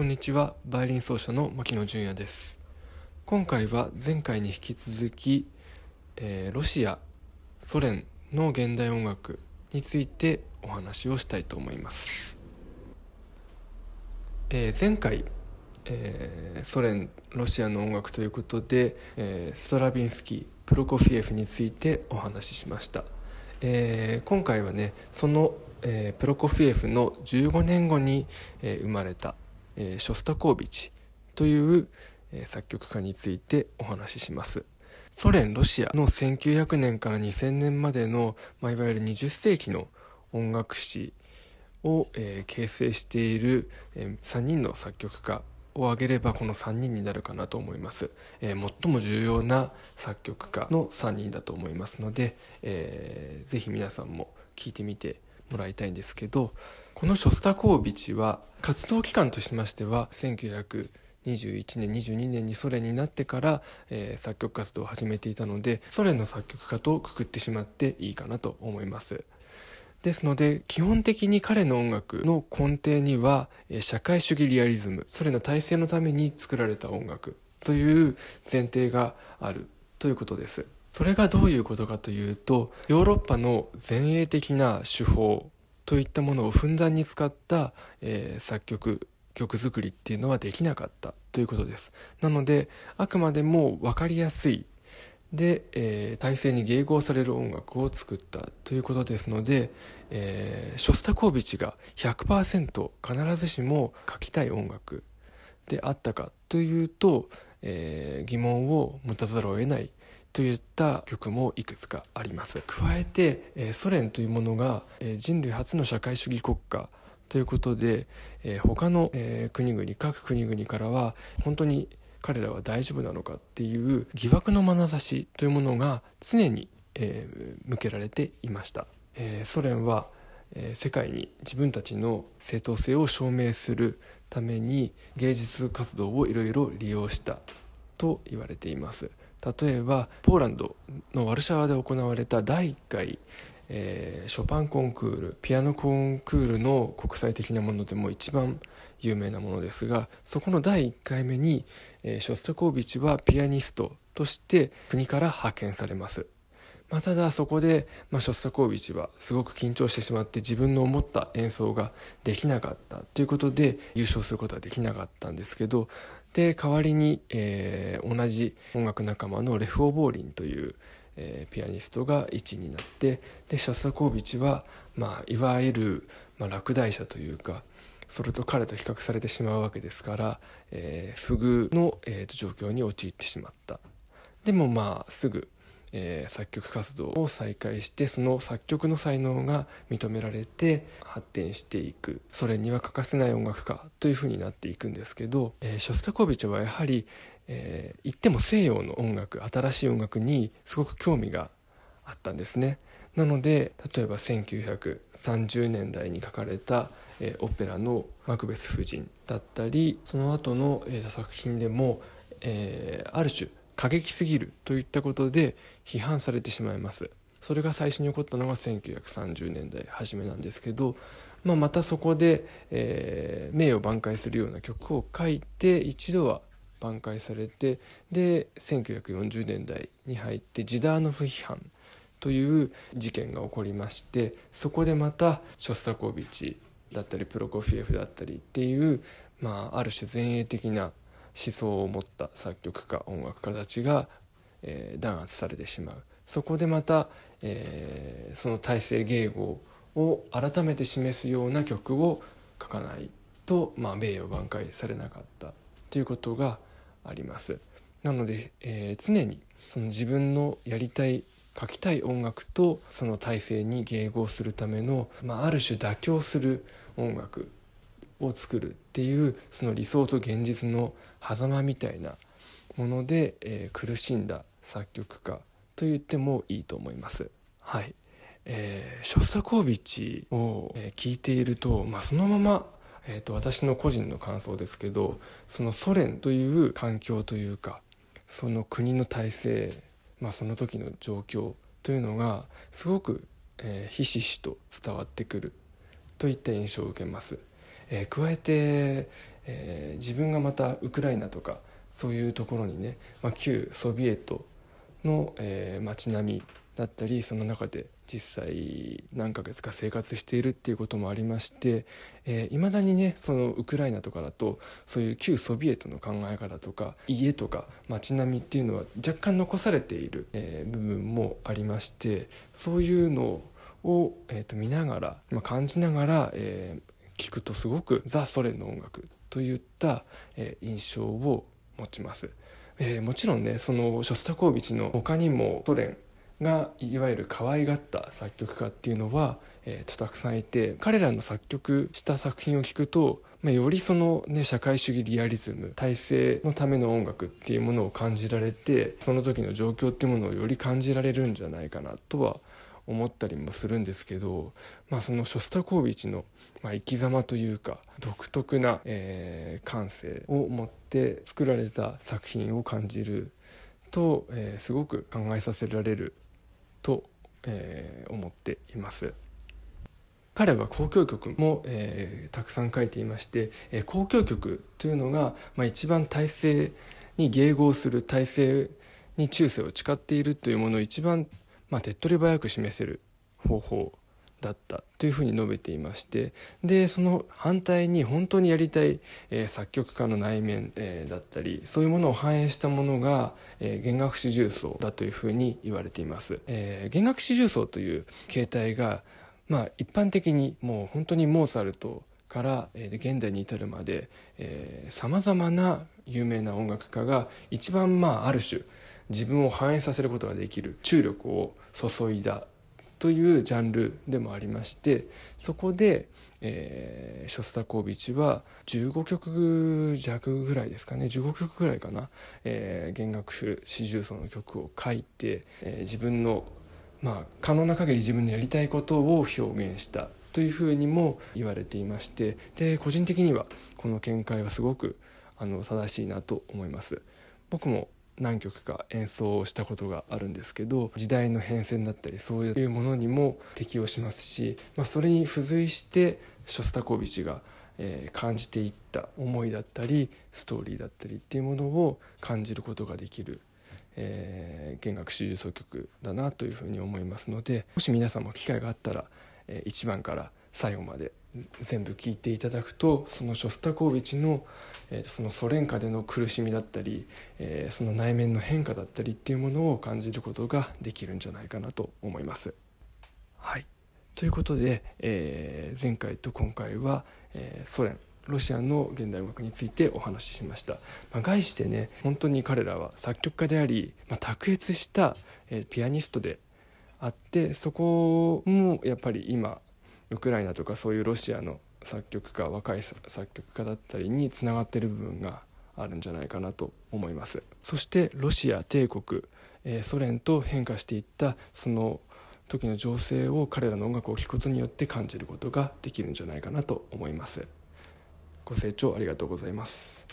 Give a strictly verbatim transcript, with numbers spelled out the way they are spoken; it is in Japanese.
こんにちは、バイオリン奏者の牧野純也です。今回は前回に引き続き、えー、ロシア、ソ連の現代音楽についてお話をしたいと思います。えー、前回、えー、ソ連、ロシアの音楽ということで、えー、ストラビンスキー、プロコフィエフについてお話ししました。えー、今回はね、その、えー、プロコフィエフのじゅうごねんごに、えー、生まれたえー、ショスタコービチという、えー、作曲家についてお話しします。ソ連、ロシアのせんきゅうひゃくねんからにせんねんまでの、まあ、いわゆるにじゅっせいきの音楽史を、えー、形成している、えー、さんにんの作曲家を挙げればこのさんにんになるかなと思います。えー、最も重要な作曲家のさんにんだと思いますので、えー、ぜひ皆さんも聴いてみてもらいたいんですけど、このショスタコービチは活動期間としましてはせんきゅうひゃくにじゅういちねんにじゅうにねんにソ連になってから、えー、作曲活動を始めていたので、ソ連の作曲家とくくってしまっていいかなと思います。ですので基本的に彼の音楽の根底には、えー、社会主義リアリズム、ソ連の体制のために作られた音楽という前提があるということです。それがどういうことかというと、ヨーロッパの前衛的な手法といったものをふんだんに使った、えー、作曲曲作りっていうのはできなかったということです。なのであくまでも分かりやすいで、えー、体制に迎合される音楽を作ったということですので、えー、ショスタコービチが ひゃくパーセント 必ずしも書きたい音楽であったかというと、えー、疑問を持たざるを得ないといった曲もいくつかあります。加えて、えー、ソ連というものが、えー、人類初の社会主義国家ということで、えー、他の、えー、国々各国々からは本当に彼らは大丈夫なのかっていう疑惑の眼差しというものが常に、えー、向けられていました。えー、ソ連は、えー、世界に自分たちの正当性を証明するために芸術活動をいろいろ利用したと言われています。例えばポーランドのワルシャワで行われただいいっかい、えー、ショパンコンクール、ピアノコンクールの国際的なものでも一番有名なものですが、そこのだいいっかいめに、えー、ショスタコービチはピアニストとして国から派遣されます。まあ、ただそこで、まあ、ショスタコービチはすごく緊張してしまって自分の思った演奏ができなかったということで優勝することはできなかったんですけど、で代わりに、えー、同じ音楽仲間のレフ・オボーリンという、えー、ピアニストがいちいになって、でショスタコービチは、まあ、いわゆる、まあ、落第者というか、それと彼と比較されてしまうわけですから、えー、不遇の、えー、と状況に陥ってしまった。でもまあすぐえー、作曲活動を再開して、その作曲の才能が認められて発展していく、ソ連には欠かせない音楽家というふうになっていくんですけど、えー、ショスタコービチはやはり、えー、言っても西洋の音楽、新しい音楽にすごく興味があったんですね。なので例えばせんきゅうひゃくさんじゅうねんだいに書かれた、えー、オペラのマクベス夫人だったり、その後の、えー、作品でも、えー、ある種過激すぎるといったことで批判されてしまいます。それが最初に起こったのがせんきゅうひゃくさんじゅうねんだい初めなんですけど、まあ、またそこで、えー、名誉挽回するような曲を書いて一度は挽回されて、でせんきゅうひゃくよんじゅうねんだいに入ってジダーノフ批判という事件が起こりまして、そこでまたショスタコービチだったりプロコフィエフだったりっていう、まあ、ある種前衛的な思想を持った作曲家、音楽家たちが、えー、弾圧されてしまう。そこでまた、えー、その体制迎合を改めて示すような曲を書かないと、まあ、名誉挽回されなかったということがあります。なので、えー、常にその自分のやりたい書きたい音楽とその体制に迎合するための、まあ、ある種妥協する音楽を作るっていう、その理想と現実の狭間みたいなもので、えー、苦しんだ作曲家と言ってもいいと思います。はい、えー、ショスタコービチを、えー、聞いていると、まあ、そのまま、えーと、私の個人の感想ですけど、そのソ連という環境というか、その国の体制、まあ、その時の状況というのがすごく、えー、ひしひしと伝わってくるといった印象を受けます。えー、加えて、 えー、自分がまたウクライナとかそういうところにね、まあ、旧ソビエトの、えー、街並みだったり、その中で実際何ヶ月か生活しているっていうこともありまして、えー、未だにねそのウクライナとかだとそういう旧ソビエトの考え方とか家とか街並みっていうのは若干残されている、えー、部分もありまして、そういうのを、えー、と見ながら、まあ、感じながら、えー、聞くとすごくザ・ソ連の音楽といった、えー、印象を持ちます。えー、もちろんねそのショスタコーヴィチの他にもソ連がいわゆる可愛がった作曲家っていうのは、えー、とたくさんいて、彼らの作曲した作品を聞くと、まあ、よりその、ね、社会主義リアリズム体制のための音楽っていうものを感じられて、その時の状況っていうものをより感じられるんじゃないかなとは思ったりもするんですけど、まあ、そのショスタコーヴィチの、まあ、生き様というか独特な、えー、感性を持って作られた作品を感じると、えー、すごく考えさせられると、えー、思っています。彼は交響曲も、えー、たくさん書いていまして、えー、交響曲というのが、まあ、一番体制に迎合する、体制に忠誠を誓っているというものを一番、まあ、手っ取り早く示せる方法だったというふうに述べていまして、でその反対に本当にやりたい、えー、作曲家の内面、えー、だったりそういうものを反映したものが、えー、弦楽四重奏だというふうに言われています。えー、弦楽四重奏という形態が、まあ、一般的にもう本当にモーツァルトから、えー、現代に至るまでさまざまな有名な音楽家が一番、まあ、ある種自分を反映させることができる注力を注いだというジャンルでもありまして、そこで、えー、ショスタコーヴィチはじゅうごきょく弱ぐらいですかね、じゅうごきょくぐらいかな、えー、弦楽四重奏の曲を書いて、えー、自分の、まあ、可能な限り自分のやりたいことを表現したというふうにも言われていまして、で個人的にはこの見解はすごくあの正しいなと思います。僕も何曲か演奏したことがあるんですけど、時代の変遷だったりそういうものにも適応しますし、まあ、それに付随してショスタコーヴィチが、えー、感じていった思いだったりストーリーだったりっていうものを感じることができる、えー、弦楽四重奏曲だなというふうに思いますので、もし皆さんも機会があったら、えー、いちばんから最後まで全部聴いていただくと、そのショスタコーヴィチの、えー、そのソ連下での苦しみだったり、えー、その内面の変化だったりっていうものを感じることができるんじゃないかなと思います。はい、ということで、えー、前回と今回は、えー、ソ連ロシアの現代音楽についてお話ししました。まあ、概してね本当に彼らは作曲家であり、まあ、卓越した、えー、ピアニストであって、そこもやっぱり今ウクライナとかそういうロシアの作曲家、若い作曲家だったりにつながっている部分があるんじゃないかなと思います。そしてロシア帝国、えー、ソ連と変化していったその時の情勢を彼らの音楽を聴くことによって感じることができるんじゃないかなと思います。ご清聴ありがとうございます。